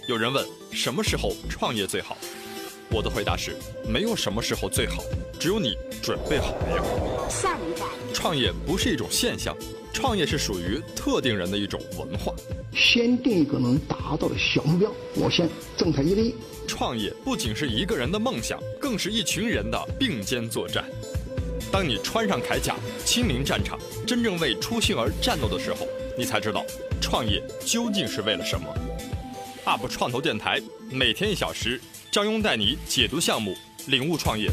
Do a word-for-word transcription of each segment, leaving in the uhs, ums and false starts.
有人问什么时候创业最好，我的回答是没有什么时候最好，只有你准备好没有。 下一代创业不是一种现象，创业是属于特定人的一种文化。 先定一个能达到的小目标，我先正他一力。 创业不仅是一个人的梦想，更是一群人的并肩作战。当你穿上铠甲，亲临战场，真正为初心而战斗的时候，你才知道创业究竟是为了什么。U P 创投电台每天一小时，张庸带你解读项目，领悟创业。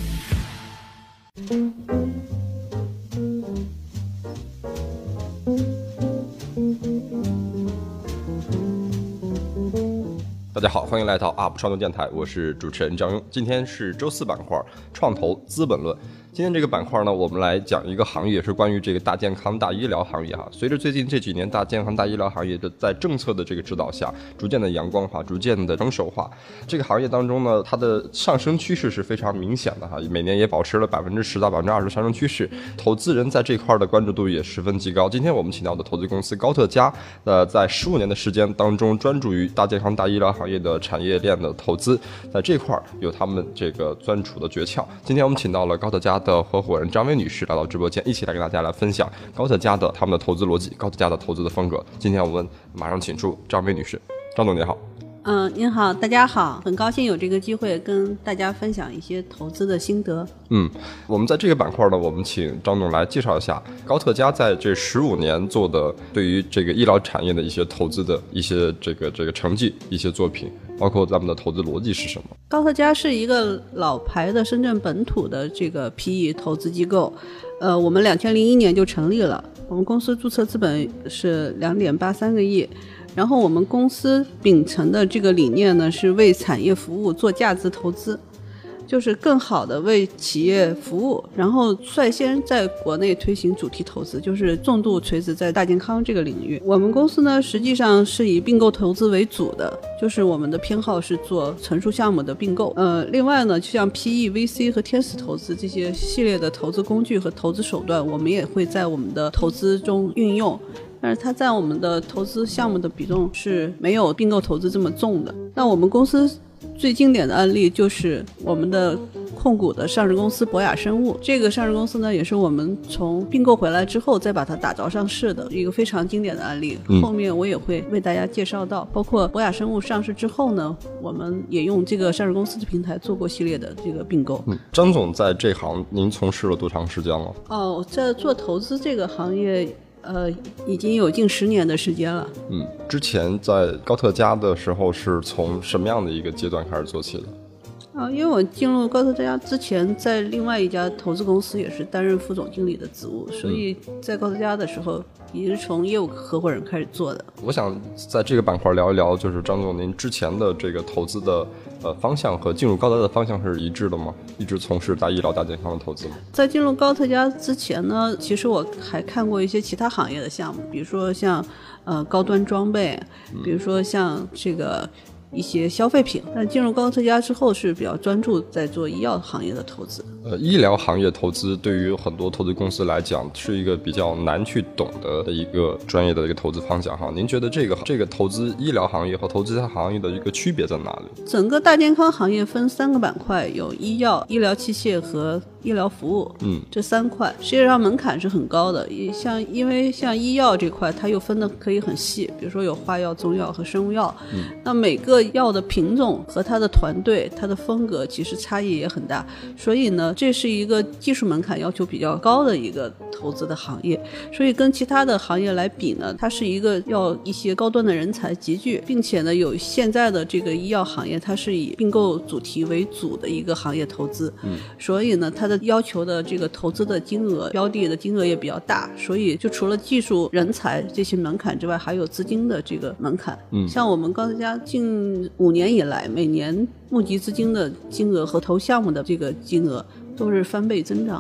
大家好，欢迎来到 U P 创投电台，我是主持人张庸。今天是周四板块创投资本论。今天这个板块呢，我们来讲一个行业，是关于这个大健康、大医疗行业哈。随着最近这几年大健康、大医疗行业的在政策的这个指导下，逐渐的阳光化，逐渐的成熟化。这个行业当中呢，它的上升趋势是非常明显的哈，每年也保持了百分之十到百分之二十上升趋势。投资人在这块的关注度也十分极高。今天我们请到的投资公司高特嘉，呃，在十五年的时间当中，专注于大健康、大医疗行业的产业链的投资，在这块有他们这个专属的诀窍。今天我们请到了高特嘉的合伙人张薇女士来到直播间，一起来跟大家来分享高特嘉的他们的投资逻辑，高特嘉的投资的风格。今天我们马上请出张薇女士。张总您好。 嗯，您好，大家好，很高兴有这个机会跟大家分享一些投资的心得。 嗯，我们在这个板块呢，我们请张总来介绍一下高特嘉在这十五年做的对于这个医疗产业的一些投资的一些这个这个成绩，一些作品，包括咱们的投资逻辑是什么。 高特嘉是一个老牌的深圳本土的这个 P E 投资机构，呃，我们两千零一年就成立了，我们公司注册资本是两点八三个亿。然后我们公司秉承的这个理念呢，是为产业服务，做价值投资，就是更好的为企业服务，然后率先在国内推行主题投资，就是重度垂直在大健康这个领域。我们公司呢，实际上是以并购投资为主的，就是我们的偏好是做成熟项目的并购。呃，另外呢，就像 P E、V C 和天使投资这些系列的投资工具和投资手段，我们也会在我们的投资中运用。但是它在我们的投资项目的比重是没有并购投资这么重的。那我们公司最经典的案例就是我们的控股的上市公司博雅生物，这个上市公司呢，也是我们从并购回来之后再把它打造上市的一个非常经典的案例。嗯、后面我也会为大家介绍到，包括博雅生物上市之后呢，我们也用这个上市公司的平台做过系列的这个并购。 嗯、张总在这行您从事了多长时间了？ 哦，在做投资这个行业呃，已经有近十年的时间了。 嗯，之前在高特嘉的时候是从什么样的一个阶段开始做起的？ 啊，因为我进入高特嘉之前，在另外一家投资公司也是担任副总经理的职务，所以在高特嘉的时候也是从业务合伙人开始做的。 我想在这个板块聊一聊，就是张总您之前的这个投资的呃方向和进入高特嘉的方向是一致的吗？一直从事大医疗、大健康的投资吗？ 在进入高特嘉之前呢，其实我还看过一些其他行业的项目，比如说像呃高端装备，比如说像这个一些消费品。但进入高特嘉之后是比较专注在做医药行业的投资。 呃，医疗行业投资对于很多投资公司来讲是一个比较难去懂得的一个专业的一个投资方向哈。您觉得这个这个投资医疗行业和投资其他行业的一个区别在哪里？ 整个大健康行业分三个板块，有医药、医疗器械和医疗服务，嗯，这三块实际上门槛是很高的。像因为像医药这块，它又分的可以很细，比如说有化药、中药和生物药，嗯，那每个药的品种和它的团队、它的风格其实差异也很大，所以呢，这是一个技术门槛要求比较高的一个投资的行业。所以跟其他的行业来比呢，它是一个要一些高端的人才集聚，并且呢，有现在的这个医药行业，它是以并购主题为主的一个行业投资，嗯，所以呢，它的要求的这个投资的金额、标的的金额也比较大，所以就除了技术人才这些门槛之外，还有资金的这个门槛。嗯，像我们高特嘉近五年以来，每年募集资金的金额和投项目的这个金额都是翻倍增长的。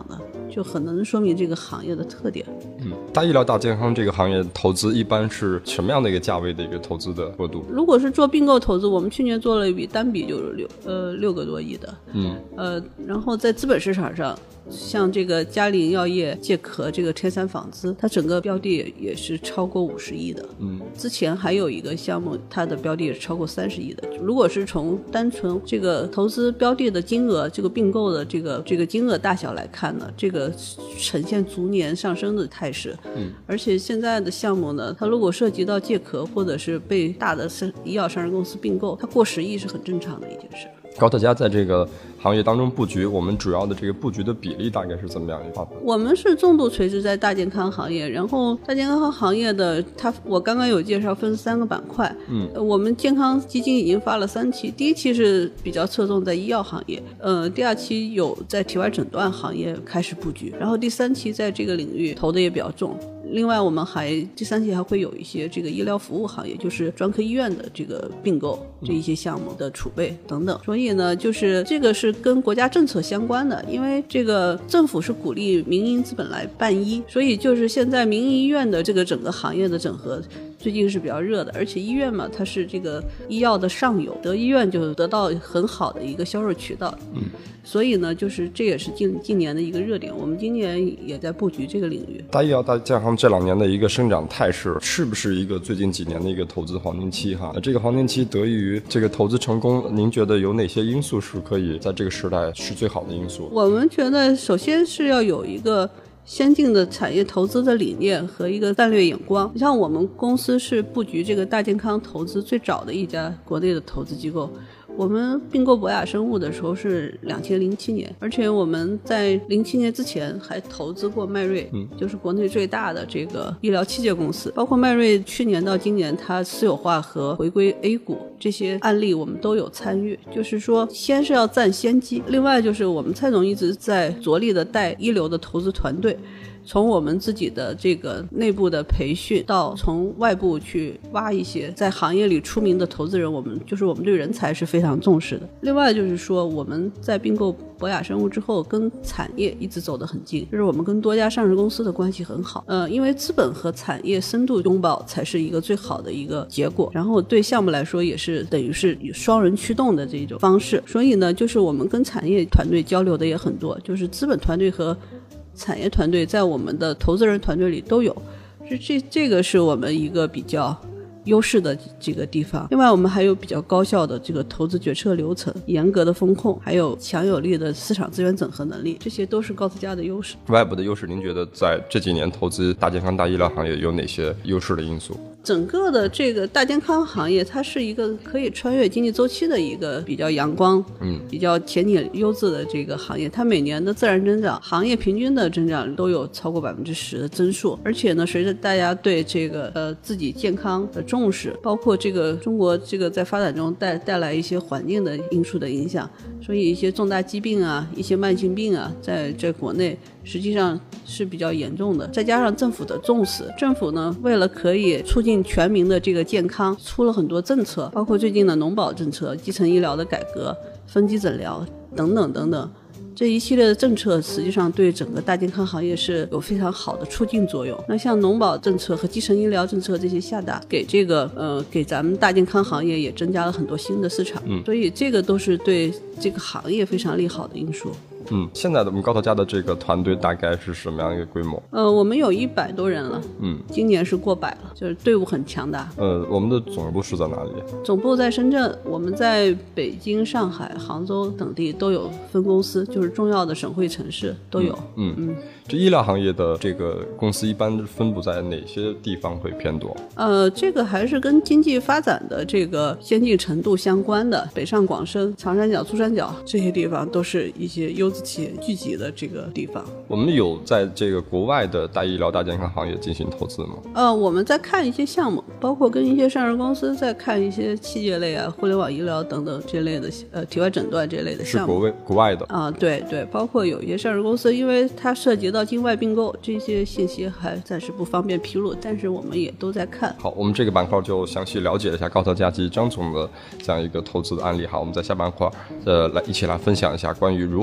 就很能说明这个行业的特点。 嗯，大医疗大健康这个行业投资一般是什么样的一个价位的一个投资的额度？ 如果是做并购投资，我们去年做了一笔单笔就是六呃六个多亿的， 嗯， 呃，然后在资本市场上，像这个嘉陵药业、介壳、这个天山纺织，它整个标的也是超过五十亿的。 嗯， 之前还有一个项目，它的标的也是超过三十亿的。如果是从单纯这个投资标的的金额，这个并购的这个这个金额大小来看呢，这个呈现逐年上升的态势。 嗯， 而且现在的项目呢，它如果涉及到介壳或者是被大的医药上市公司并购，它过十亿是很正常的一件事。 高特家在这个行业当中布局，我们主要的这个布局的比例大概是怎么样一划分？ 我们是重度垂直在大健康行业，然后大健康行业的它，我刚刚有介绍分三个板块。嗯，我们健康基金已经发了三期，第一期是比较侧重在医药行业，呃，第二期有在体外诊断行业开始布局，然后第三期在这个领域投的也比较重。另外我们还第三期还会有一些这个医疗服务行业，就是专科医院的这个并购这一些项目的储备等等。所以呢，就是这个是跟国家政策相关的，因为这个政府是鼓励民营资本来办医，所以就是现在民营医院的这个整个行业的整合最近是比较热的，而且医院嘛，它是这个医药的上游，得医院就得到很好的一个销售渠道。嗯，所以呢，就是这也是近近年的一个热点，我们今年也在布局这个领域。 大医疗大健康这两年的一个生长态势，是不是一个最近几年的一个投资黄金期哈？这个黄金期得益于这个投资成功，您觉得有哪些因素是可以在这个时代是最好的因素？ 我们觉得首先是要有一个先进的产业投资的理念和一个战略眼光。你像我们公司是布局这个大健康投资最早的一家国内的投资机构，我们并购博雅生物的时候是两千零七年，而且我们在零七年之前还投资过迈瑞，嗯，就是国内最大的这个医疗器械公司。包括迈瑞去年到今年它私有化和回归 A 股这些案例我们都有参与，就是说先是要占先机。另外就是我们蔡总一直在着力的带一流的投资团队，从我们自己的这个内部的培训到从外部去挖一些在行业里出名的投资人，我们就是我们对人才是非常重视的。另外就是说我们在并购博雅生物之后跟产业一直走得很近，就是我们跟多家上市公司的关系很好，呃，因为资本和产业深度拥抱才是一个最好的一个结果，然后对项目来说也是等于是以双人驱动的这种方式。所以呢，就是我们跟产业团队交流的也很多，就是资本团队和产业团队在我们的投资人团队里都有，这这这个是我们一个比较优势的这个地方。另外我们还有比较高效的这个投资决策流程，严格的风控，还有强有力的市场资源整合能力，这些都是高资家的优势。 外部的优势，您觉得在这几年投资大健康大医疗行业有哪些优势的因素？ 整个的这个大健康行业，它是一个可以穿越经济周期的一个比较阳光、嗯，比较前景优质的这个行业。它每年的自然增长，行业平均的增长都有超过百分之十的增速。而且呢，随着大家对这个呃自己健康的重视，包括这个中国这个在发展中带带来一些环境的因素的影响，所以一些重大疾病啊、一些慢性病啊，在在国内实际上是比较严重的。再加上政府的重视，政府呢为了可以促进全民的这个健康，出了很多政策，包括最近的农保政策、基层医疗的改革、分级诊疗等等等等，这一系列的政策实际上对整个大健康行业是有非常好的促进作用。那像农保政策和基层医疗政策这些下达，给这个呃给咱们大健康行业也增加了很多新的市场，嗯，所以这个都是对这个行业非常利好的因素。 嗯，现在的我们高投家的这个团队大概是什么样一个规模？ 呃，我们有一百多人了，嗯，今年是过百了，就是队伍很强大。 呃，我们的总部是在哪里？ 总部在深圳，我们在北京、上海、杭州等地都有分公司，就是重要的省会城市都有。 嗯 嗯, 嗯，这医疗行业的这个公司一般分布在哪些地方会偏多？ 呃，这个还是跟经济发展的这个先进程度相关的，北上广深、长三角、珠三角这些地方都是一些优质企业聚集的这个地方。 我们有在这个国外的大医疗大健康行业进行投资吗？ 呃，我们在看一些项目，包括跟一些上市公司在看一些器械类啊、互联网医疗等等这类的呃体外诊断这类的项目。 是国外国外的啊、呃，对对，包括有一些上市公司，因为它涉及到境外并购，这些信息还暂时不方便披露，但是我们也都在看。 好，我们这个板块就详细了解一下高投家及张总的这样一个投资的案例。好，我们在下板块呃来一起来分享一下关于如何投出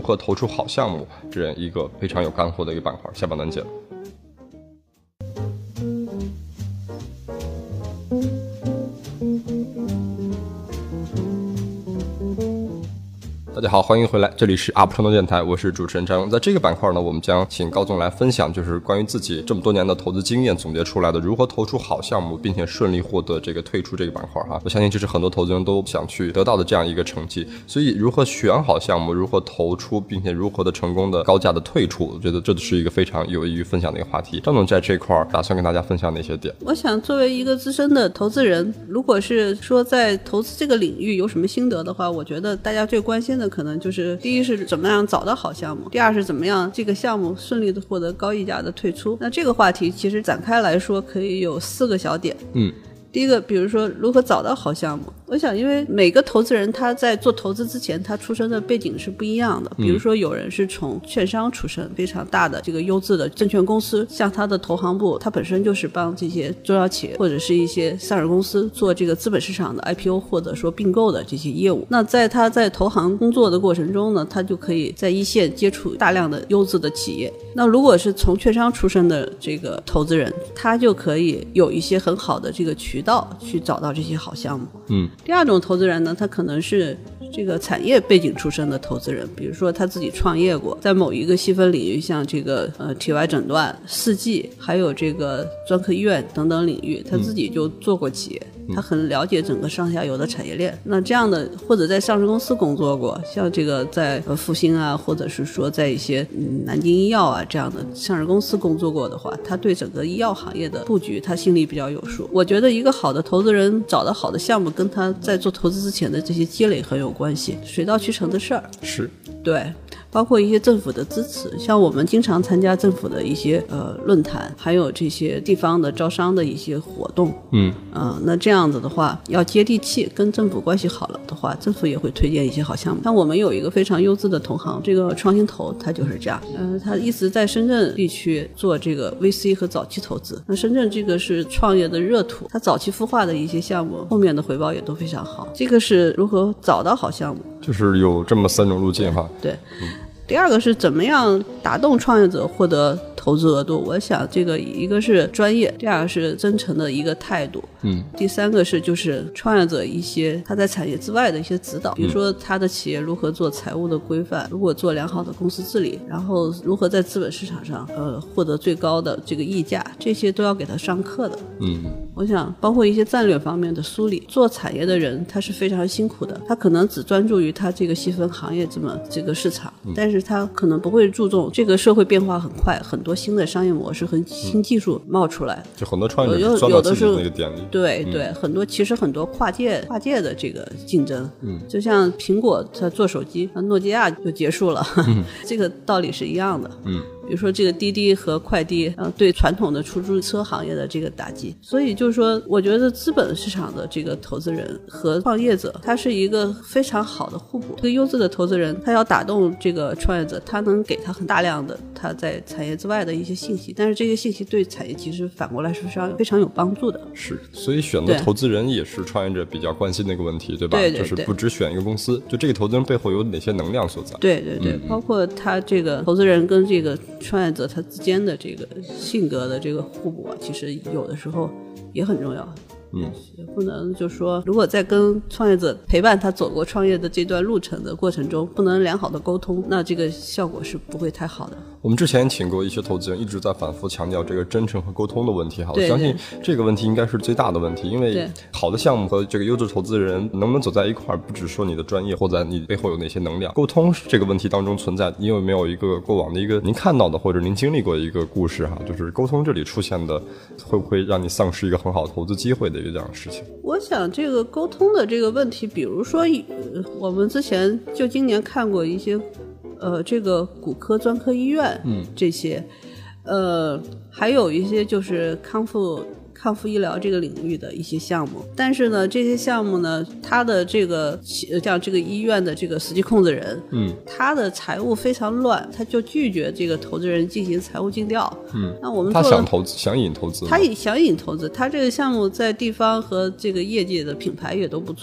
出好项目这样一个非常有干货的一个板块。下半段见。大家好，欢迎回来，这里是 U P 创投电台，我是主持人张勇。在这个板块呢，我们将请高总来分享，就是关于自己这么多年的投资经验总结出来的如何投出好项目，并且顺利获得这个退出这个板块哈。我相信这是很多投资人都想去得到的这样一个成绩。所以如何选好项目，如何投出，并且如何的成功的高价的退出，我觉得这是一个非常有益于分享的一个话题。张总在这块打算跟大家分享哪些点？ 我想作为一个资深的投资人，如果是说在投资这个领域有什么心得的话，我觉得大家最关心的可能就是第一是怎么样找到好项目，第二是怎么样这个项目顺利的获得高溢价的退出。那这个话题其实展开来说可以有四个小点。 嗯， 第一个，比如说如何找到好项目。我想因为每个投资人他在做投资之前他出身的背景是不一样的，比如说有人是从券商出身，非常大的这个优质的证券公司，像他的投行部他本身就是帮这些中小企业或者是一些上市公司做这个资本市场的 I P O 或者说并购的这些业务。那在他在投行工作的过程中呢，他就可以在一线接触大量的优质的企业。那如果是从券商出身的这个投资人，他就可以有一些很好的这个渠道去找到这些好项目。 嗯， 第二种投资人呢，他可能是这个产业背景出身的投资人，比如说他自己创业过，在某一个细分领域，像这个呃体外诊断、试剂，还有这个专科医院等等领域，他自己就做过企业。嗯，他很了解整个上下游的产业链。那这样的，或者在上市公司工作过，像这个在呃复星啊，或者是说在一些嗯南京医药啊这样的上市公司工作过的话，他对整个医药行业的布局他心里比较有数。我觉得一个好的投资人找到好的项目，跟他在做投资之前的这些积累很有关系，水到渠成的事儿。 是， 对。包括一些政府的支持，像我们经常参加政府的一些呃论坛，还有这些地方的招商的一些活动。 嗯呃，那这样子的话，要接地气，跟政府关系好了的话，政府也会推荐一些好项目。像我们有一个非常优质的同行，这个创新投，它就是这样。嗯、呃，它一直在深圳地区做这个 V C 和早期投资。那深圳这个是创业的热土，它早期孵化的一些项目，后面的回报也都非常好。这个是如何找到好项目， 就是有这么三种路径哈。 对。嗯，第二个是怎么样打动创业者获得投资额度。我想这个一个是专业，第二个是真诚的一个态度， 嗯， 第三个是就是创业者一些他在产业之外的一些指导，比如说他的企业如何做财务的规范，如果做良好的公司治理，然后如何在资本市场上呃获得最高的这个溢价，这些都要给他上课的。 嗯， 我想包括一些战略方面的梳理。做产业的人他是非常辛苦的，他可能只专注于他这个细分行业这么这个市场，嗯，但是他可能不会注重这个社会变化很快，很多新的商业模式和新技术冒出来， 就很多创业者钻到自己的那个点里。 对对，嗯，很多其实很多跨界跨界的这个竞争， 嗯， 就像苹果它做手机，诺基亚就结束了，嗯，这个道理是一样的。 嗯， 比如说这个滴滴和快滴，呃，对传统的出租车行业的这个打击。所以就是说，我觉得资本市场的这个投资人和创业者，他是一个非常好的互补。这个优质的投资人，他要打动这个创业者，他能给他很大量的他在产业之外的一些信息，但是这些信息对产业其实反过来是非常非常有帮助的。 是，所以选择投资人也是创业者比较关心的一个问题，对吧？ 对对对， 就是不只选一个公司，就这个投资人背后有哪些能量所在？ 对对对，嗯，包括他这个投资人跟这个创业者他之间的这个性格的这个互补啊，其实有的时候也很重要。 嗯， 也不能就说，如果在跟创业者陪伴他走过创业的这段路程的过程中，不能良好的沟通，那这个效果是不会太好的。 我们之前请过一些投资人，一直在反复强调这个真诚和沟通的问题哈。我相信这个问题应该是最大的问题，因为好的项目和这个优质投资人能不能走在一块儿，不只说你的专业或者你背后有哪些能量，沟通这个问题当中存在。你有没有一个过往的一个您看到的或者您经历过的一个故事哈？就是沟通这里出现的，会不会让你丧失一个很好的投资机会的一个这样的事情？ 我想这个沟通的这个问题，比如说，呃，我们之前就今年看过一些，呃，这个骨科专科医院，嗯，这些，呃，还有一些就是康复。康复医疗这个领域的一些项目，但是呢，这些项目呢，它的这个像这个医院的这个实际控制人，嗯，他的财务非常乱，他就拒绝这个投资人进行财务尽调， 嗯， 那我们他想投资，想引投资， 他想引投资，他这个项目在地方和这个业界的品牌也都不错。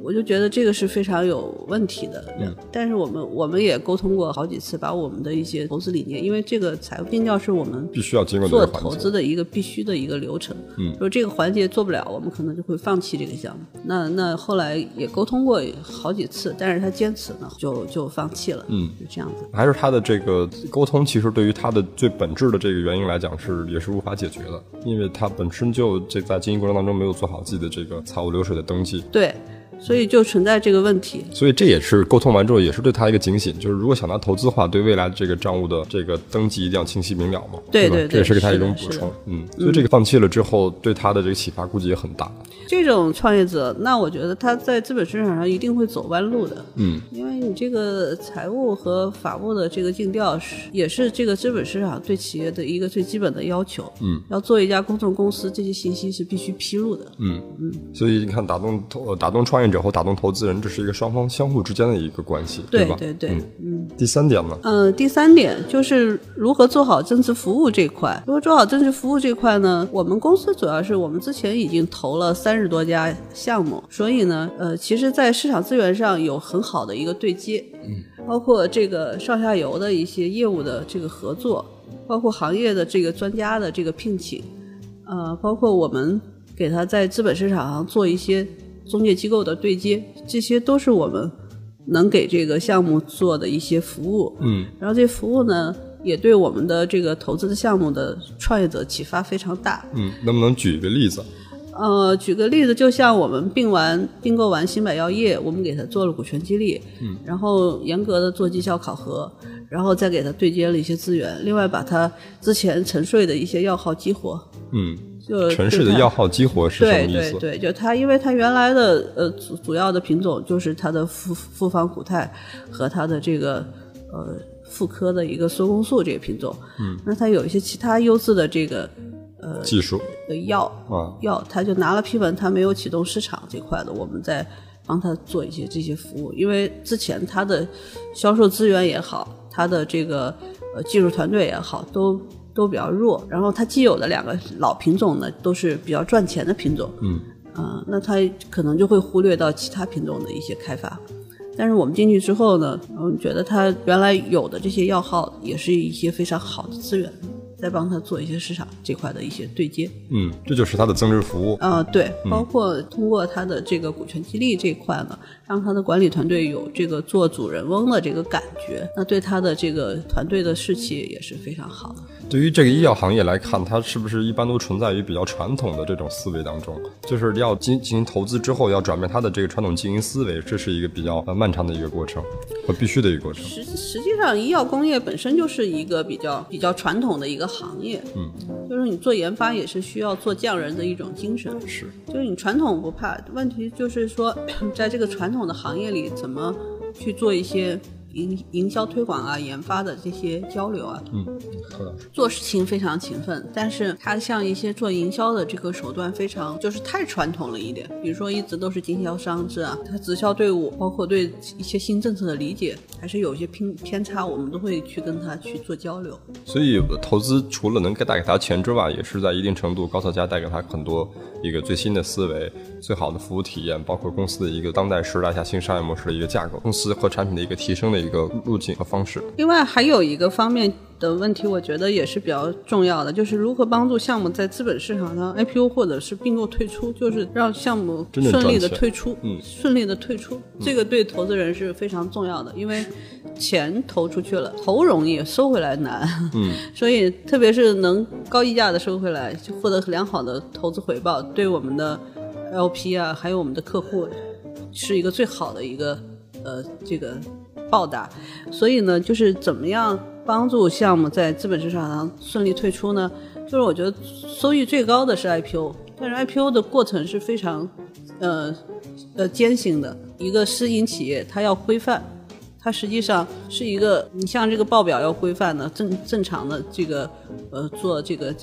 我就觉得这个是非常有问题的。嗯，但是我们我们也沟通过好几次，把我们的一些投资理念，因为这个财务尽调是我们必须要经过做投资的一个必须的一个流程。嗯，说这个环节做不了，我们可能就会放弃这个项目。那那后来也沟通过好几次，但是他坚持呢，就就放弃了。嗯，就这样子。 还是他的这个沟通，其实对于他的最本质的这个原因来讲，是也是无法解决的，因为他本身就这在经营过程当中没有做好自己的这个财务流水的登记。 对。所以就存在这个问题， 所以这也是沟通完之后也是对他一个警醒，就是如果想拿投资的话，对未来这个账务的这个登记一定要清晰明了嘛。 对对对， 这也是给他一种补充。嗯，所以这个放弃了之后，对他的这个启发估计也很大。 这种创业者，那我觉得他在资本市场上一定会走弯路的。嗯，因为你这个财务和法务的这个尽调是也是这个资本市场对企业的一个最基本的要求。嗯，要做一家公众公司，这些信息是必须披露的。 嗯嗯，所以你看，打动投打动创业者或打动投资人，这是一个双方相互之间的一个关系， 对吧？ 对对对。嗯嗯。 第三点呢？ 嗯、呃，第三点就是如何做好增值服务这块。如何做好增值服务这块呢？我们公司主要是我们之前已经投了三十多家项目，所以呢，呃，其实在市场资源上有很好的一个对接，嗯，包括这个上下游的一些业务的这个合作，包括行业的这个专家的这个聘请，呃，包括我们给他在资本市场上做一些中介机构的对接，这些都是我们能给这个项目做的一些服务。嗯，然后这服务呢，也对我们的这个投资的项目的创业者启发非常大。 嗯，能不能举一个例子？ 呃，举个例子，就像我们并完并购完新百药业，我们给他做了股权激励，嗯，然后严格的做绩效考核，然后再给他对接了一些资源，另外把他之前沉睡的一些药号激活， 嗯， 就沉睡的药号激活是什么意思？ 对对对，就他，因为他原来的呃主主要的品种就是他的复复方股肽和他的这个呃妇科的一个缩宫素这个品种，嗯，那他有一些其他优质的这个。呃， 技术的药啊，药他就拿了批文，他没有启动市场这块的，我们在帮他做一些这些服务。因为之前他的销售资源也好，他的这个呃技术团队也好，都都比较弱。然后他既有的两个老品种呢，都是比较赚钱的品种，嗯啊、呃，那他可能就会忽略到其他品种的一些开发。但是我们进去之后呢，我们觉得他原来有的这些药号也是一些非常好的资源。再帮他做一些市场这块的一些对接， 嗯，这就是他的增值服务啊、呃，对，包括通过他的这个股权激励这一块呢，让他的管理团队有这个做主人翁的这个感觉，那对他的这个团队的士气也是非常好的。 对于这个医药行业来看，它是不是一般都存在于比较传统的这种思维当中？就是要进进行投资之后，要转变它的这个传统经营思维，这是一个比较呃漫长的一个过程和必须的一个过程。 实实际上，医药工业本身就是一个比较比较传统的一个行业，嗯，就是你做研发也是需要做匠人的一种精神， 是， 就是你传统不怕，问题就是说，在这个传统的行业里，怎么去做一些。营营销推广啊，研发的这些交流啊，嗯，做事情非常勤奋，但是他像一些做营销的这个手段非常就是太传统了一点，比如说一直都是经销商制啊，他直销队伍包括对一些新政策的理解还是有一些偏偏差，我们都会去跟他去做交流。 所以投资除了能带给他钱之外，也是在一定程度高效家带给他很多一个最新的思维、最好的服务体验，包括公司的一个当代时代下新商业模式的一个架构，公司和产品的一个提升的一个路径和方式。 另外还有一个方面的问题，我觉得也是比较重要的，就是如何帮助项目在资本市场上 I P O 或者是并购退出，就是让项目顺利的退出，嗯，顺利的退出，这个对投资人是非常重要的，因为钱投出去了，投容易，收回来难，嗯，所以特别是能高溢价的收回来，就获得良好的投资回报，对我们的 L P 啊，还有我们的客户，是一个最好的一个呃这个。报答，所以呢，就是怎么样帮助项目在资本市场上顺利退出呢？就是我觉得收益最高的是 I P O， 但是 I P O 的过程是非常呃呃艰辛的。一个私营企业，它要规范，它实际上是一个，你像这个报表要规范的，正正常的这个呃做这个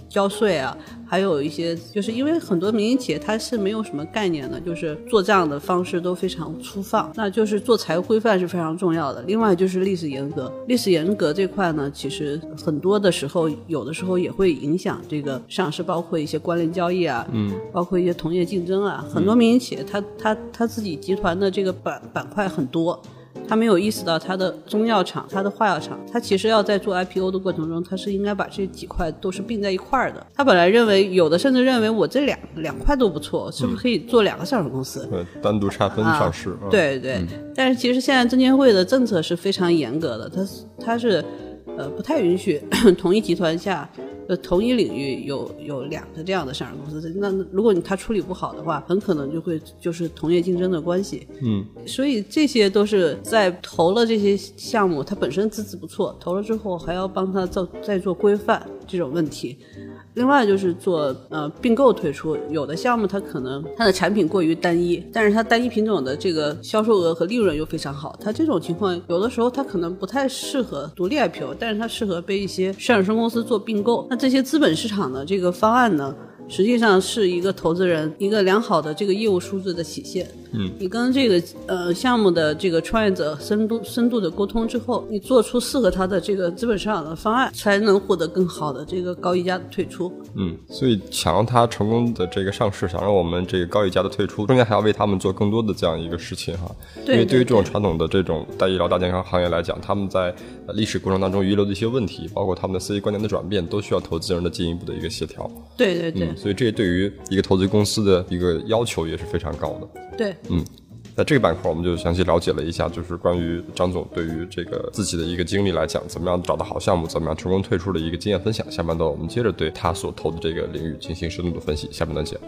交税啊，还有一些就是因为很多民营企业它是没有什么概念的，就是做账的方式都非常粗放，那就是做财务规范是非常重要的。另外就是历史严格，历史严格这块呢，其实很多的时候有的时候也会影响这个上市，包括一些关联交易啊，嗯，包括一些同业竞争啊，很多民营企业它它它自己集团的这个板板块很多，他没有意识到他的中药厂、他的化药厂，他其实要在做 I P O 的过程中，他是应该把这几块都是并在一块儿的。他本来认为，有的甚至认为我这两两块都不错，是不是可以做两个上市公司？ 对、嗯，单独拆分上市。 啊、对对、嗯，但是其实现在证监会的政策是非常严格的，它它是呃不太允许同一集团下。呃，同一领域有有两个这样的上市公司，那如果你它处理不好的话，很可能就会就是同业竞争的关系。嗯，所以这些都是在投了这些项目，它本身资质不错，投了之后还要帮它做再做规范这种问题。另外就是做呃并购退出，有的项目它可能它的产品过于单一，但是它单一品种的这个销售额和利润又非常好，它这种情况有的时候它可能不太适合独立 I P O， 但是它适合被一些上市公司做并购。那这些资本市场的这个方案呢，实际上是一个投资人一个良好的这个业务素质的体现。嗯，你跟这个呃项目的这个创业者深度深度的沟通之后，你做出适合他的这个资本市场的方案，才能获得更好的这个高溢价的退出。 嗯，所以想让他成功的这个上市，想让我们这个高溢价的退出，中间还要为他们做更多的这样一个事情哈。 对， 因为对于这种传统的这种大医疗大健康行业来讲，他们在历史过程当中遗留的一些问题，包括他们的思维观念的转变，都需要投资人的进一步的一个协调。 对对对、 嗯，所以这对于一个投资公司的一个要求也是非常高的。 对， 嗯，在这个板块我们就详细了解了一下，就是关于张总对于这个自己的一个经历来讲，怎么样找到好项目，怎么样成功退出的一个经验分享。下半段我们接着对他所投的这个领域进行深度的分析。下半段见。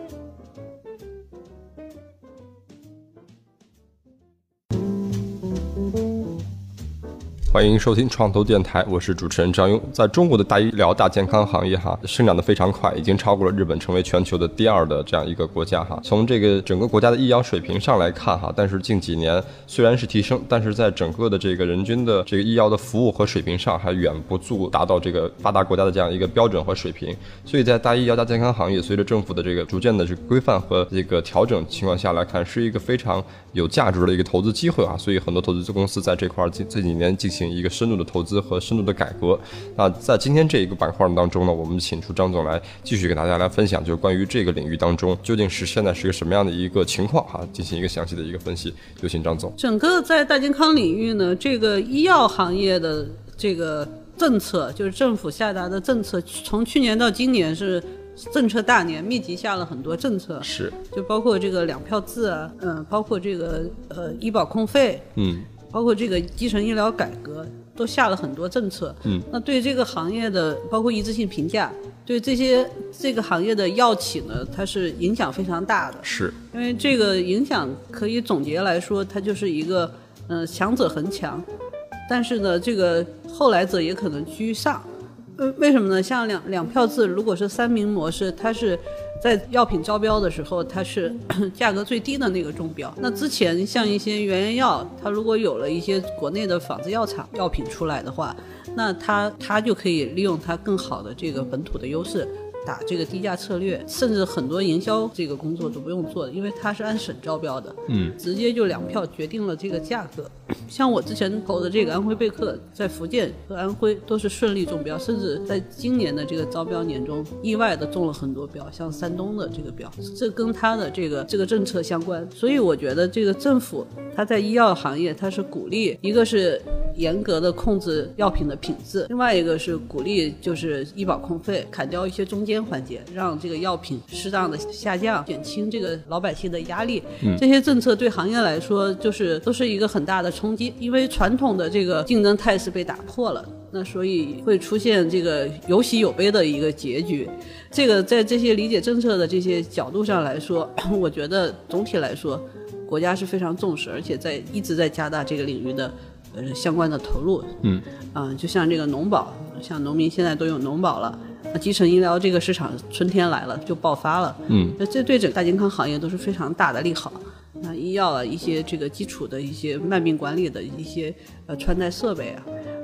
欢迎收听创投电台，我是主持人张庸。在中国的大医疗大健康行业哈，生长得非常快，已经超过了日本，成为全球的第二的这样一个国家哈。从这个整个国家的医疗水平上来看哈，但是近几年虽然是提升，但是在整个的这个人均的这个医药的服务和水平上，还远不足达到这个发达国家的这样一个标准和水平。所以在大医疗大健康行业，随着政府的这个逐渐的这个规范和这个调整情况下来看，是一个非常有价值的一个投资机会啊。所以很多投资公司在这块这这几年进行一个深度的投资和深度的改革。那在今天这一个板块当中呢，我们请出张总来继续给大家来分享，就是关于这个领域当中究竟是现在是一个什么样的一个情况哈，进行一个详细的一个分析。有请张总。 整个在大健康领域呢，这个医药行业的这个政策，就是政府下达的政策，从去年到今年是政策大年，密集下了很多政策， 是就包括这个两票制啊，嗯，包括这个呃医保控费， 嗯， 包括这个基层医疗改革，都下了很多政策。嗯，那对这个行业的包括一致性评价，对这些这个行业的药企呢，它是影响非常大的。 是， 因为这个影响可以总结来说，它就是一个嗯、呃、强者恒强，但是呢，这个后来者也可能居上。呃，为什么呢？像两两票制，如果是三名模式，它是在药品招标的时候，它是价格最低的那个中标。那之前像一些原研药，它如果有了一些国内的仿制药厂药品出来的话，那它它就可以利用它更好的这个本土的优势，打这个低价策略，甚至很多营销这个工作都不用做的，因为它是按省招标的，嗯，直接就两票决定了这个价格。像我之前投的这个安徽贝克，在福建和安徽都是顺利中标，甚至在今年的这个招标年中，意外的中了很多标，像山东的这个标，这跟它的这个这个政策相关。所以我觉得这个政府它在医药行业，它是鼓励，一个是严格的控制药品的品质，另外一个是鼓励就是医保控费，砍掉一些中间环节，让这个药品适当的下降，减轻这个老百姓的压力。嗯，这些政策对行业来说就是都是一个很大的冲击，因为传统的这个竞争态势被打破了，那所以会出现这个有喜有悲的一个结局。这个在这些理解政策的这些角度上来说，我觉得总体来说国家是非常重视，而且在一直在加大这个领域的呃相关的投入。嗯啊、呃，就像这个农保，像农民现在都有农保了，那基层医疗这个市场春天来了就爆发了。嗯，那这对整个大健康行业都是非常大的利好。那医药啊，一些这个基础的一些慢病管理的一些呃穿戴设备啊，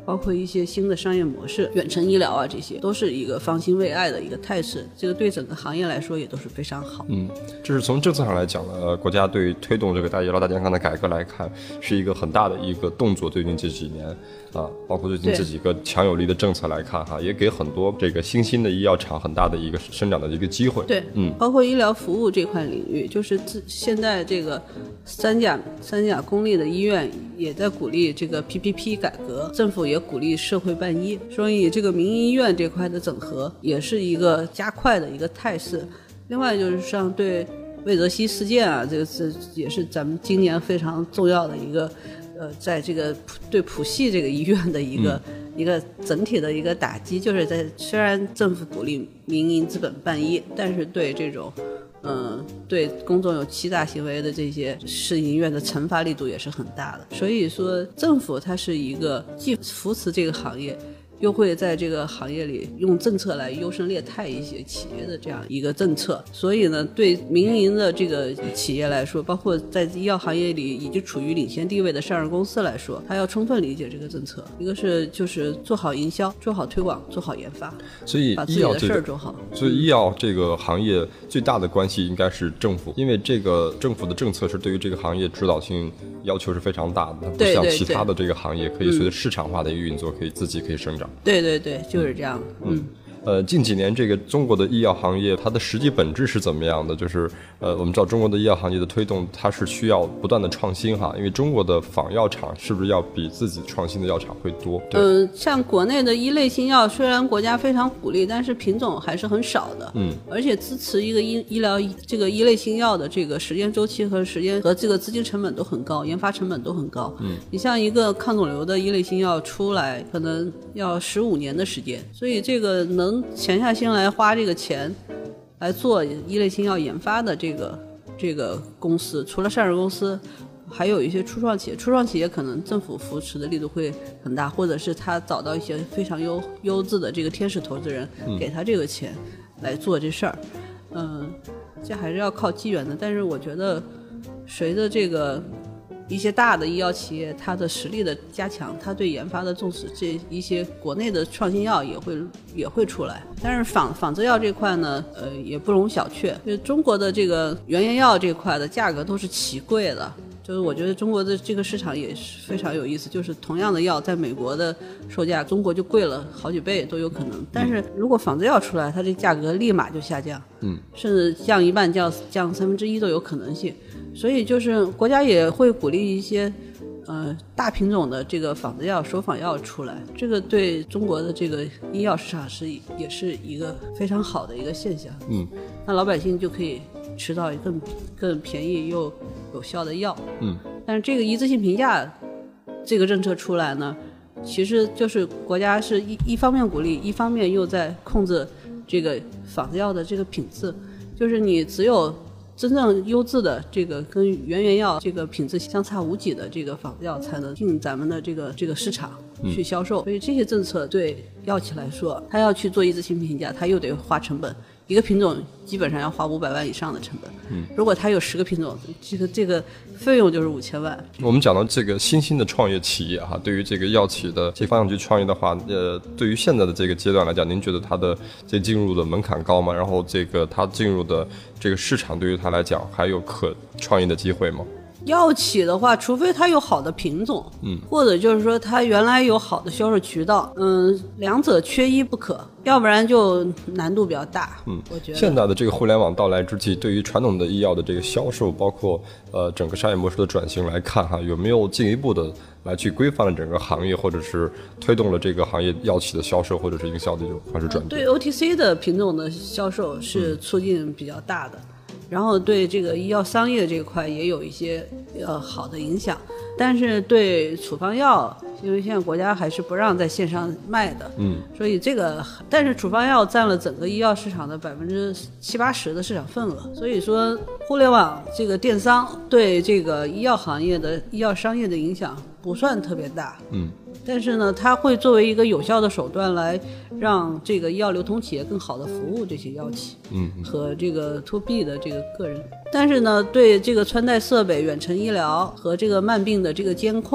包括一些新的商业模式，远程医疗啊，这些都是一个方兴未艾的一个态势，这个对整个行业来说也都是非常好。 嗯，这是从政策上来讲呢，国家对推动这个大医疗大健康的改革来看，是一个很大的一个动作。最近这几年啊，包括最近这几个强有力的政策来看哈，也给很多这个新兴的医药厂很大的一个生长的一个机会。 对，嗯，包括医疗服务这块领域，就是现在这个三甲三甲公立的医院也在鼓励这个 P P P 改革，政府也鼓励社会办医，所以这个民营医院这块的整合也是一个加快的一个态势。另外就是像对魏则西事件啊，这个这也是咱们今年非常重要的一个呃，在这个对浦西这个医院的一个、嗯、一个整体的一个打击，就是在虽然政府鼓励民营资本办医，但是对这种嗯，对公众有欺诈行为的这些市营院的惩罚力度也是很大的。所以说政府它是一个既扶持这个行业，又会在这个行业里用政策来优胜劣汰一些企业的这样一个政策。所以呢，对民营的这个企业来说，包括在医药行业里已经处于领先地位的上市公司来说，它要充分理解这个政策。一个是就是做好营销，做好推广，做好研发， 所以把自己的事儿做好。 所以医药这个行业最大的关系应该是政府，因为这个政府的政策是对于这个行业指导性要求是非常大的，它不像其他的这个行业可以随着市场化的一个运作，可以自己可以生长。 对对对，就是这样。嗯。嗯呃，近几年这个中国的医药行业，它的实际本质是怎么样的？就是呃，我们知道中国的医药行业的推动，它是需要不断的创新哈，因为中国的仿药厂是不是要比自己创新的药厂会多？ 嗯、呃，像国内的一类新药，虽然国家非常鼓励，但是品种还是很少的。嗯，而且支持一个医医疗这个一类新药的这个时间周期和时间和这个资金成本都很高，研发成本都很高。嗯，你像一个抗肿瘤的一类新药出来，可能要十五年的时间，所以这个能潜下心来花这个钱来做一类新药研发的这个这个公司，除了上市公司，还有一些初创企业。初创企业可能政府扶持的力度会很大，或者是他找到一些非常优优质的这个天使投资人，给他这个钱来做这事儿。嗯，这还是要靠机缘的。但是我觉得，随着这个一些大的医药企业它的实力的加强，它对研发的重视，这一些国内的创新药也会也会出来。但是仿仿制药这块呢，呃，也不容小觑。就中国的这个原研药这块的价格都是奇贵的。就是我觉得中国的这个市场也是非常有意思，就是同样的药在美国的售价，中国就贵了好几倍都有可能。但是如果仿制药出来，它这价格立马就下降，嗯，甚至降一半、降降三分之一都有可能性。所以就是国家也会鼓励一些呃大品种的这个仿制药、首仿药出来，这个对中国的这个医药市场是也是一个非常好的一个现象。嗯，那老百姓就可以吃到更更便宜又有效的药。嗯，但是这个一次性评价这个政策出来呢，其实就是国家是一一方面鼓励，一方面又在控制这个仿制药的这个品质，就是你只有真正优质的这个跟原原药这个品质相差无几的这个仿制药才能进咱们的这个这个市场去销售。嗯，所以这些政策对药企来说，他要去做一次性评价，他又得花成本，一个品种基本上要花五百万以上的成本。嗯，如果他有十个品种，这个这个费用就是五千万。 我们讲到这个新兴的创业企业哈，对于这个药企的这方向去创业的话，呃，对于现在的这个阶段来讲，您觉得它的这进入的门槛高吗？然后这个它进入的这个市场对于它来讲还有可创业的机会吗？ 药企的话，除非它有好的品种，嗯，或者就是说它原来有好的销售渠道，嗯，两者缺一不可，要不然就难度比较大。嗯，我觉得现在的这个互联网到来之际，对于传统的医药的这个销售，包括呃整个商业模式的转型来看哈，有没有进一步的来去规范了整个行业，或者是推动了这个行业药企的销售或者是营销的这种方式转变？ 对 O T C 的品种的销售是促进比较大的。嗯，然后对这个医药商业这块也有一些呃好的影响，但是对处方药，因为现在国家还是不让在线上卖的，嗯，所以这个，但是处方药占了整个医药市场的百分之七八十的市场份额，所以说互联网这个电商对这个医药行业的医药商业的影响不算特别大，嗯。但是呢，它会作为一个有效的手段来让这个医药流通企业更好的服务这些药企，嗯，和这个 to B 的这个个人。但是呢，对这个穿戴设备、远程医疗和这个慢病的这个监控，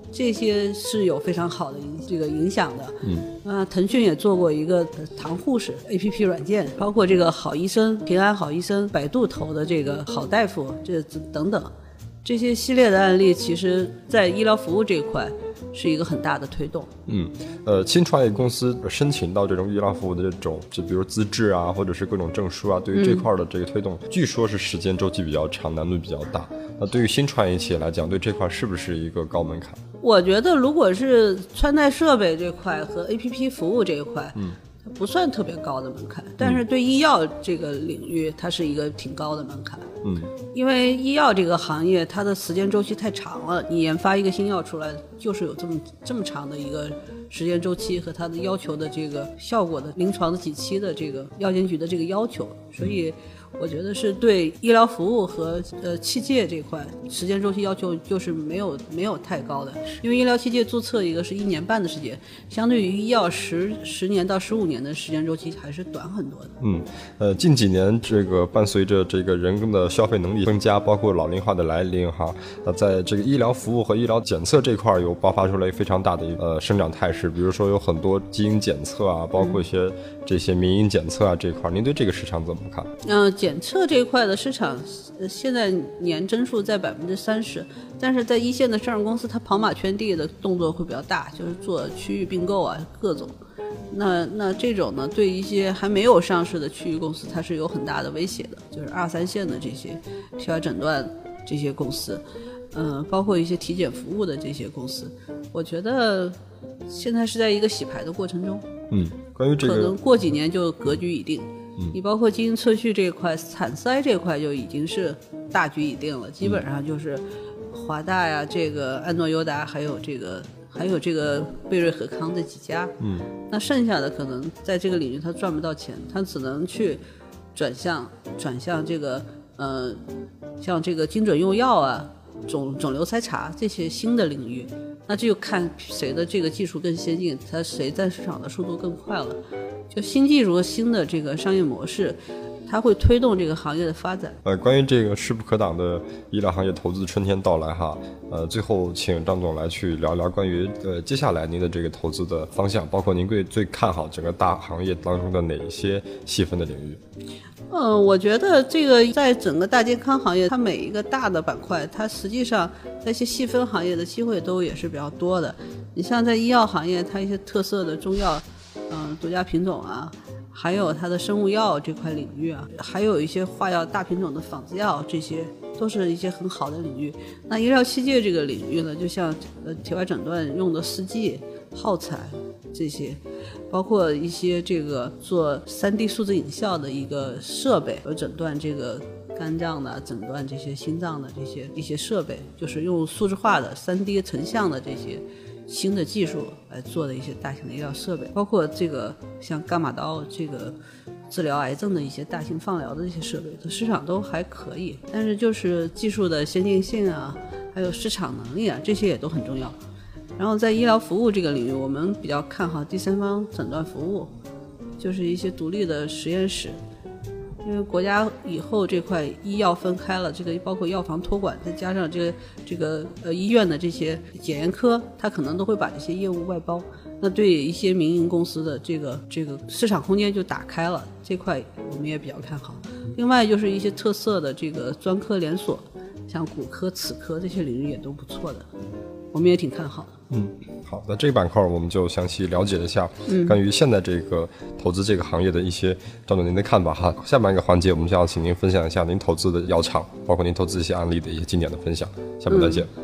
这些是有非常好的影这个影响的。 嗯， 啊，腾讯也做过一个唐护士 A P P 软件，包括这个好医生、平安好医生，百度投的这个好大夫，这等等，这些系列的案例，其实在医疗服务这一块是一个很大的推动。 嗯，呃，新创业公司申请到这种医疗服务的这种，就比如资质啊，或者是各种证书啊，对于这块的这个推动，嗯、据说是时间周期比较长，难度比较大。那对于新创业企业来讲，对这块是不是一个高门槛？ 我觉得，如果是穿戴设备这块和 A P P 服务这一块，嗯，它不算特别高的门槛，但是对医药这个领域，它是一个挺高的门槛。 嗯， 因为医药这个行业，它的时间周期太长了，你研发一个新药出来，就是有这么这么长的一个时间周期和它的要求的这个效果的临床的几期的这个药监局的这个要求，所以我觉得是对医疗服务和呃器械这块时间周期要求就是没有没有太高的，因为医疗器械注册一个是一年半的时间，相对于医药十十年到十五年的时间周期还是短很多的。 嗯，呃，近几年这个伴随着这个人的消费能力增加，包括老龄化的来临哈，那在这个医疗服务和医疗检测这块有爆发出来非常大的一个呃生长态势，比如说有很多基因检测啊，包括一些这些民营检测啊这块，您对这个市场怎么看？ 嗯、呃，检测这一块的市场，呃，现在年增速在百分之三十，但是在一线的上市公司，它跑马圈地的动作会比较大，就是做区域并购啊，各种。那那这种呢，对一些还没有上市的区域公司，它是有很大的威胁的，就是二三线的这些血压诊断这些公司，嗯、呃，包括一些体检服务的这些公司，我觉得现在是在一个洗牌的过程中。 嗯，关于这个， 可能过几年就格局已定。嗯、你包括基因测序这一块、产筛这一块就已经是大局已定了，基本上就是华大呀、这个安诺优达，还有这个还有这个贝瑞和康这几家。嗯，那剩下的可能在这个领域他赚不到钱，他只能去转向转向这个呃，像这个精准用药啊、肿肿瘤筛查这些新的领域。那这就看谁的这个技术更先进，它谁占市场的速度更快了。就新技术和新的这个商业模式，它会推动这个行业的发展。 呃，关于这个势不可挡的医疗行业投资春天到来哈，呃，最后请张总来去聊聊关于呃接下来您的这个投资的方向，包括您最最看好整个大行业当中的哪一些细分的领域？ 嗯，我觉得这个在整个大健康行业，它每一个大的板块，它实际上在一些细分行业的机会都也是比较多的。你像在医药行业，它一些特色的中药，嗯，独家品种啊，还有它的生物药这块领域啊，还有一些化药大品种的仿制药，这些都是一些很好的领域。那医疗器械这个领域呢，就像呃体外诊断用的试剂、耗材这些，包括一些这个做 三 D 数字影像的一个设备，和诊断这个肝脏的、诊断这些心脏的这些一些设备，就是用数字化的 三 D 成像的这些新的技术来做的一些大型的医疗设备，包括这个像伽马刀这个治疗癌症的一些大型放疗的这些设备，市场都还可以，但是就是技术的先进性啊，还有市场能力啊，这些也都很重要。然后在医疗服务这个领域，我们比较看好第三方诊断服务，就是一些独立的实验室，因为国家以后这块医药分开了，这个包括药房托管，再加上这个这个呃医院的这些检验科，它可能都会把这些业务外包，那对一些民营公司的这个这个市场空间就打开了，这块我们也比较看好。另外就是一些特色的这个专科连锁，像骨科、齿科这些领域也都不错的，我们也挺看好的。 嗯，好的，这个板块我们就详细了解一下关于现在这个投资这个行业的一些张总您的看法哈。下半个环节我们就要请您分享一下您投资的药厂，包括您投资一些案例的一些经典的分享。下面再见。嗯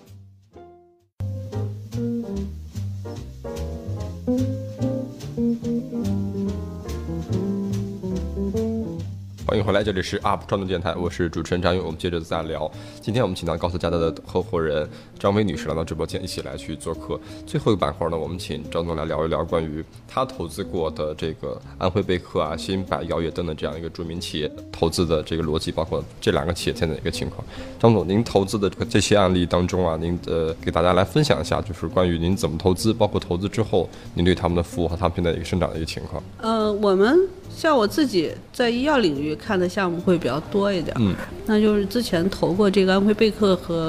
欢迎回来，这里是 U P 创作电台，我是主持人张勇。我们接着再聊，今天我们请到高斯嘉德的合伙人张薇女士来到直播间，一起来去做客。最后一个板块呢，我们请张总来聊一聊关于他投资过的这个安徽贝克啊、新百药业等等这样一个著名企业投资的这个逻辑，包括这两个企业现在的一个情况。张总，您投资的这些案例当中啊，您呃给大家来分享一下，就是关于您怎么投资，包括投资之后您对他们的服务和他们现在一个生长的一个情况。 呃，我们像我自己在医药领域看的项目会比较多一点，嗯，那就是之前投过这个安徽贝克和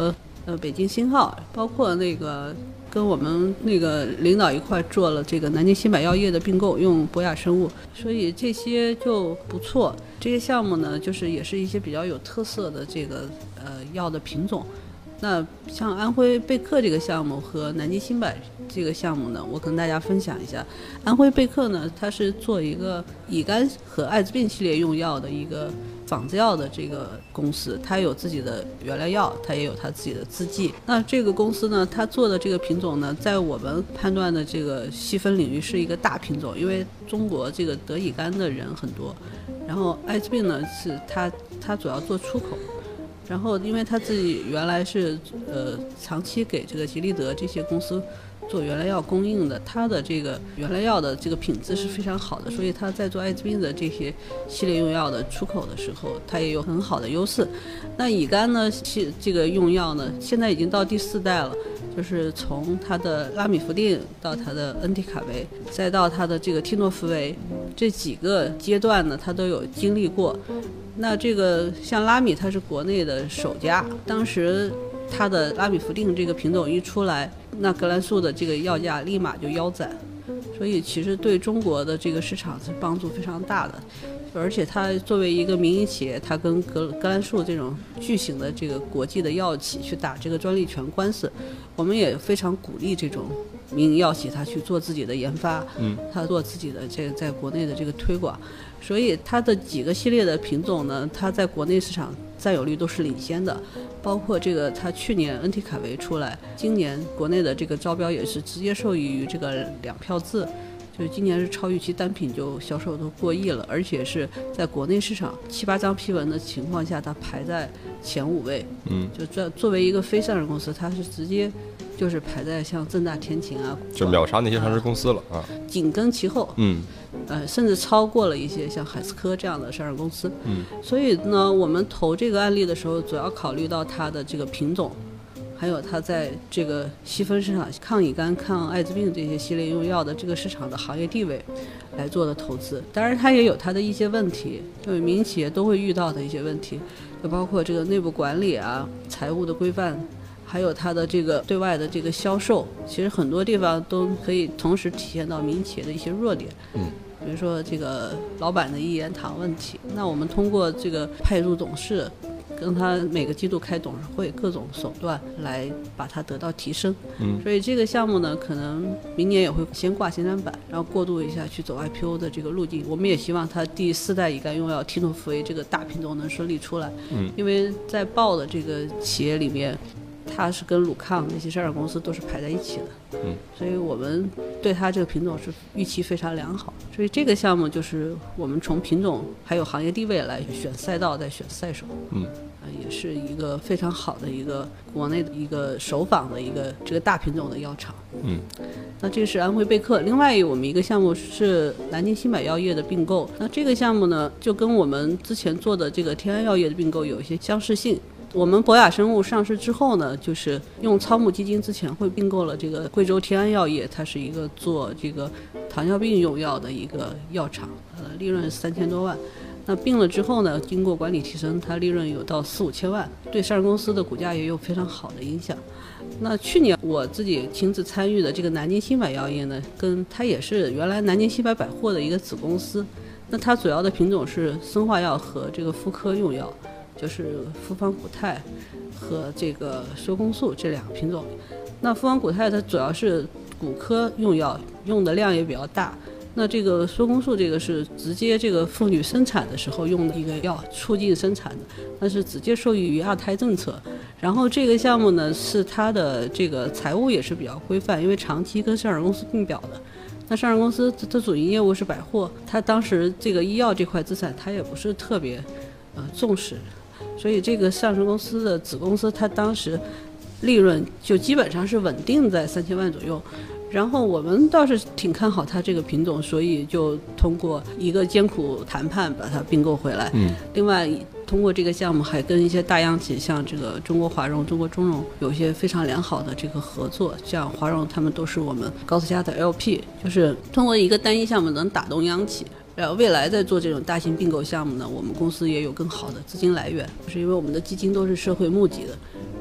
呃北京星号，包括那个跟我们那个领导一块做了这个南京新百药业的并购，用博雅生物，所以这些就不错。这些项目呢，就是也是一些比较有特色的这个呃药的品种。那像安徽贝克这个项目和南京新百这个项目呢，我跟大家分享一下。安徽贝克呢，它是做一个乙肝和艾滋病系列用药的一个仿制药的这个公司，它有自己的原料药，它也有它自己的制剂。那这个公司呢，它做的这个品种呢，在我们判断的这个细分领域是一个大品种，因为中国这个得乙肝的人很多，然后艾滋病呢是它它主要做出口。然后，因为他自己原来是呃长期给这个吉利德这些公司做原来药供应的，他的这个原来药的这个品质是非常好的，所以他在做艾滋病的这些系列用药的出口的时候，他也有很好的优势。那乙肝呢，这个用药呢，现在已经到第四代了，就是从它的拉米福定到它的恩替卡韦，再到它的这个替诺福韦，这几个阶段呢，它都有经历过。那这个像拉米，它是国内的首家，当时它的拉米福定这个品种一出来，那格兰素的这个药价立马就腰斩，所以其实对中国的这个市场是帮助非常大的。而且它作为一个民营企业，它跟格格兰素这种巨型的这个国际的药企去打这个专利权官司，我们也非常鼓励这种民营药企它去做自己的研发，嗯，它做自己的这个在国内的这个推广。所以它的几个系列的品种呢，它在国内市场占有率都是领先的，包括这个它去年恩替卡韦出来，今年国内的这个招标也是直接受益于这个两票字，就是今年是超预期单品就销售都过亿了，而且是在国内市场七八张批文的情况下，它排在前五位。嗯，就作作为一个非上市公司，它是直接就是排在像正大天晴啊， 就秒杀那些上市公司了啊， 紧跟其后。 嗯。 呃，甚至超过了一些像海思科这样的上市公司。嗯，所以呢，我们投这个案例的时候，主要考虑到它的这个品种，还有它在这个细分市场抗乙肝、抗艾滋病这些系列用药的这个市场的行业地位来做的投资。当然，它也有它的一些问题，就是民营企业都会遇到的一些问题，就包括这个内部管理啊、财务的规范。还有它的这个对外的这个销售，其实很多地方都可以同时体现到民营企业的一些弱点。嗯，比如说这个老板的一言堂问题，那我们通过这个派入董事，跟他每个季度开董事会，各种手段来把它得到提升。嗯，所以这个项目呢，可能明年也会先挂新三板，然后过渡一下去走 I P O 的这个路径。我们也希望它第四代乙肝用药替诺福韦这个大品种能顺利出来。嗯，因为在报的这个企业里面，它是跟鲁抗那些上市公司都是排在一起的，嗯，所以我们对它这个品种是预期非常良好。所以这个项目就是我们从品种还有行业地位来选赛道，再选赛手，嗯，呃，也是一个非常好的一个国内的一个首访的一个这个大品种的药厂，嗯。那这是安徽贝克，另外我们一个项目是南京新百药业的并购。那这个项目呢，就跟我们之前做的这个天安药业的并购有一些相似性。我们博雅生物上市之后呢，就是用草木基金之前会并购了这个贵州天安药业，它是一个做这个糖尿病用药的一个药厂，呃，利润三千多万。那并了之后呢，经过管理提升，它利润有到四五千万，对上市公司的股价也有非常好的影响。那去年我自己亲自参与的这个南京新百药业呢，跟它也是原来南京新百百货的一个子公司。那它主要的品种是生化药和这个妇科用药，就是复方股肽和这个收宫素这两个品种。那复方股肽它主要是骨科用药，用的量也比较大。那这个收宫素这个是直接这个妇女生产的时候用的一个药，促进生产的，那是直接受益于二胎政策。然后这个项目呢，是它的这个财务也是比较规范，因为长期跟上市公司并表的。那上市公司它主营业务是百货，它当时这个医药这块资产它也不是特别呃重视，所以这个上市公司的子公司它当时利润就基本上是稳定在三千万左右。然后我们倒是挺看好它这个品种，所以就通过一个艰苦谈判把它并购回来。嗯，另外通过这个项目还跟一些大央企，像这个中国华融、中国中融有一些非常良好的这个合作，像华融他们都是我们高斯家的 L P， 就是通过一个单一项目能打动央企。然后未来在做这种大型并购项目呢，我们公司也有更好的资金来源，就是因为我们的基金都是社会募集的，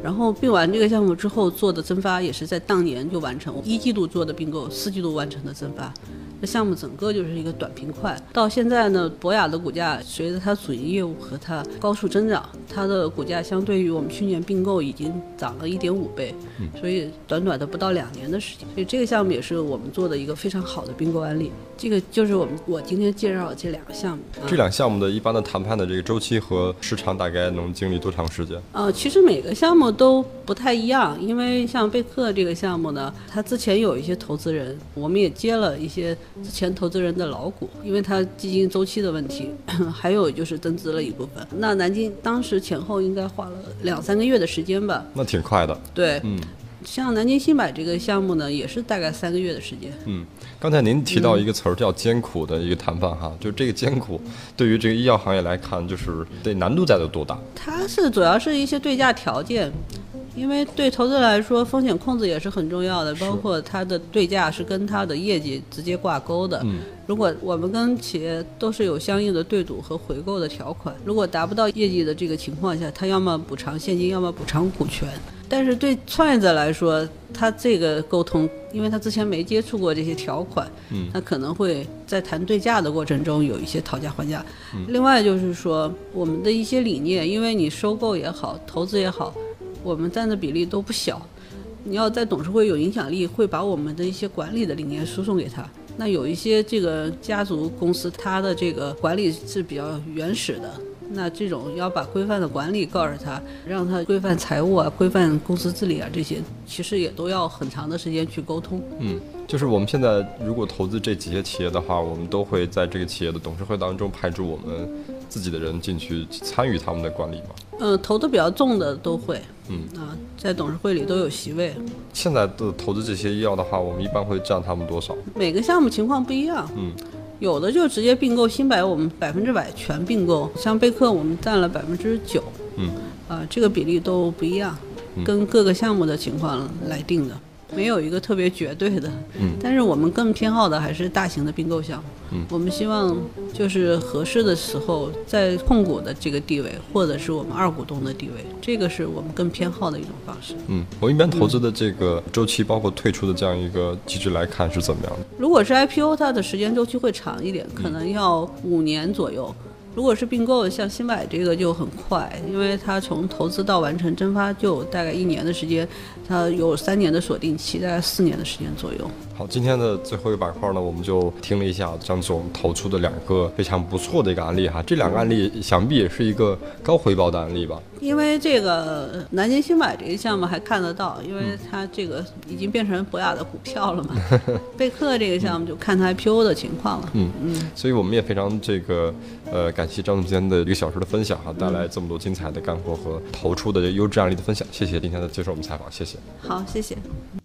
然后并完这个项目之后做的增发也是在当年就完成，一季度做的并购，四季度完成的增发。这项目整个就是一个短平快，到现在呢，博雅的股价随着它主营业务和它高速增长，它的股价相对于我们去年并购已经涨了 一点五倍，所以短短的不到两年的时间，所以这个项目也是我们做的一个非常好的并购案例。这个就是我们我今天介绍的这两个项目。 这两项目的一般的谈判的这个周期和时长大概能经历多长时间？ 呃，其实每个项目都不太一样，因为像贝克这个项目呢，它之前有一些投资人，我们也接了一些之前投资人的老股，因为它基金周期的问题，还有就是增资了一部分。那南京当时前后应该花了两三个月的时间吧？ 那挺快的。 对， 嗯。 像南京新百这个项目呢，也是大概三个月的时间。 嗯，刚才您提到一个词儿叫艰苦的一个谈判哈，嗯、就这个艰苦，对于这个医药行业来看，就是对难度在有多大？ 它是主要是一些对价条件。因为对投资者来说，风险控制也是很重要的，包括它的对价是跟它的业绩直接挂钩的。 嗯， 如果我们跟企业都是有相应的对赌和回购的条款，如果达不到业绩的这个情况下，它要么补偿现金，要么补偿股权。但是对创业者来说，他这个沟通，因为他之前没接触过这些条款， 嗯， 他可能会在谈对价的过程中有一些讨价还价。嗯、另外就是说，我们的一些理念，因为你收购也好，投资也好，我们占的比例都不小，你要在董事会有影响力，会把我们的一些管理的理念输送给他。那有一些这个家族公司，它的这个管理是比较原始的，那这种要把规范的管理告诉他，让他规范财务啊、规范公司治理啊，这些其实也都要很长的时间去沟通。 嗯，就是我们现在如果投资这几些企业的话，我们都会在这个企业的董事会当中派出我们自己的人进去参与他们的管理吗？ 嗯、呃，投的比较重的都会， 嗯啊，在董事会里都有席位。 现在的投资这些医药的话，我们一般会占他们多少？ 每个项目情况不一样， 嗯。 有的就直接并购，新百我们百分之百全并购，像贝克我们占了百分之九， 嗯， 啊、呃，这个比例都不一样，跟各个项目的情况来定的，没有一个特别绝对的， 嗯， 但是我们更偏好的还是大型的并购项目， 嗯， 我们希望就是合适的时候在控股的这个地位，或者是我们二股东的地位，这个是我们更偏好的一种方式。 嗯，我一般投资的这个周期，包括退出的这样一个机制来看是怎么样的？ 如果是 I P O， 它的时间周期会长一点，可能要五年左右。如果是并购，像新百这个就很快，因为它从投资到完成蒸发就大概一年的时间，它有三年的锁定期，大概四年的时间左右。 好，今天的最后一个板块呢，我们就听了一下张总投出的两个非常不错的一个案例哈。这两个案例想必也是一个高回报的案例吧？ 因为这个南京新百这个项目还看得到，因为它这个已经变成博雅的股票了嘛。贝克这个项目就看它 I P O 的情况了。 嗯嗯，所以我们也非常这个呃感谢张总今天的一个小时的分享哈，带来这么多精彩的干货和投出的优质案例的分享。谢谢今天的接受我们采访，谢谢。 好，谢谢。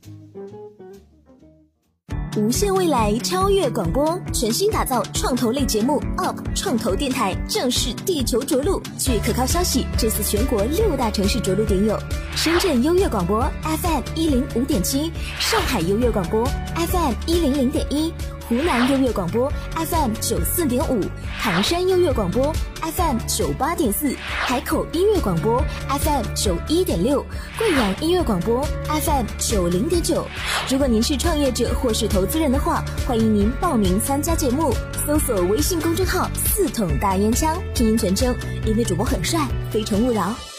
无限未来超越广播，全新打造创投类节目 U P 创投电台正式地球着陆。据可靠消息，这次全国六大城市着陆点有：深圳优越广播 F M 一零五点七，上海优越广播 F M 一零零点一。湖南优越广播 F M 九四点五，唐山优越广播 F M 九八点四，海口音乐广播 F M 九一点六，贵阳音乐广播 F M 九零点九。如果您是创业者或是投资人的话，欢迎您报名参加节目，搜索微信公众号四桶大烟枪，拼音全称，因为主播很帅，非诚勿扰。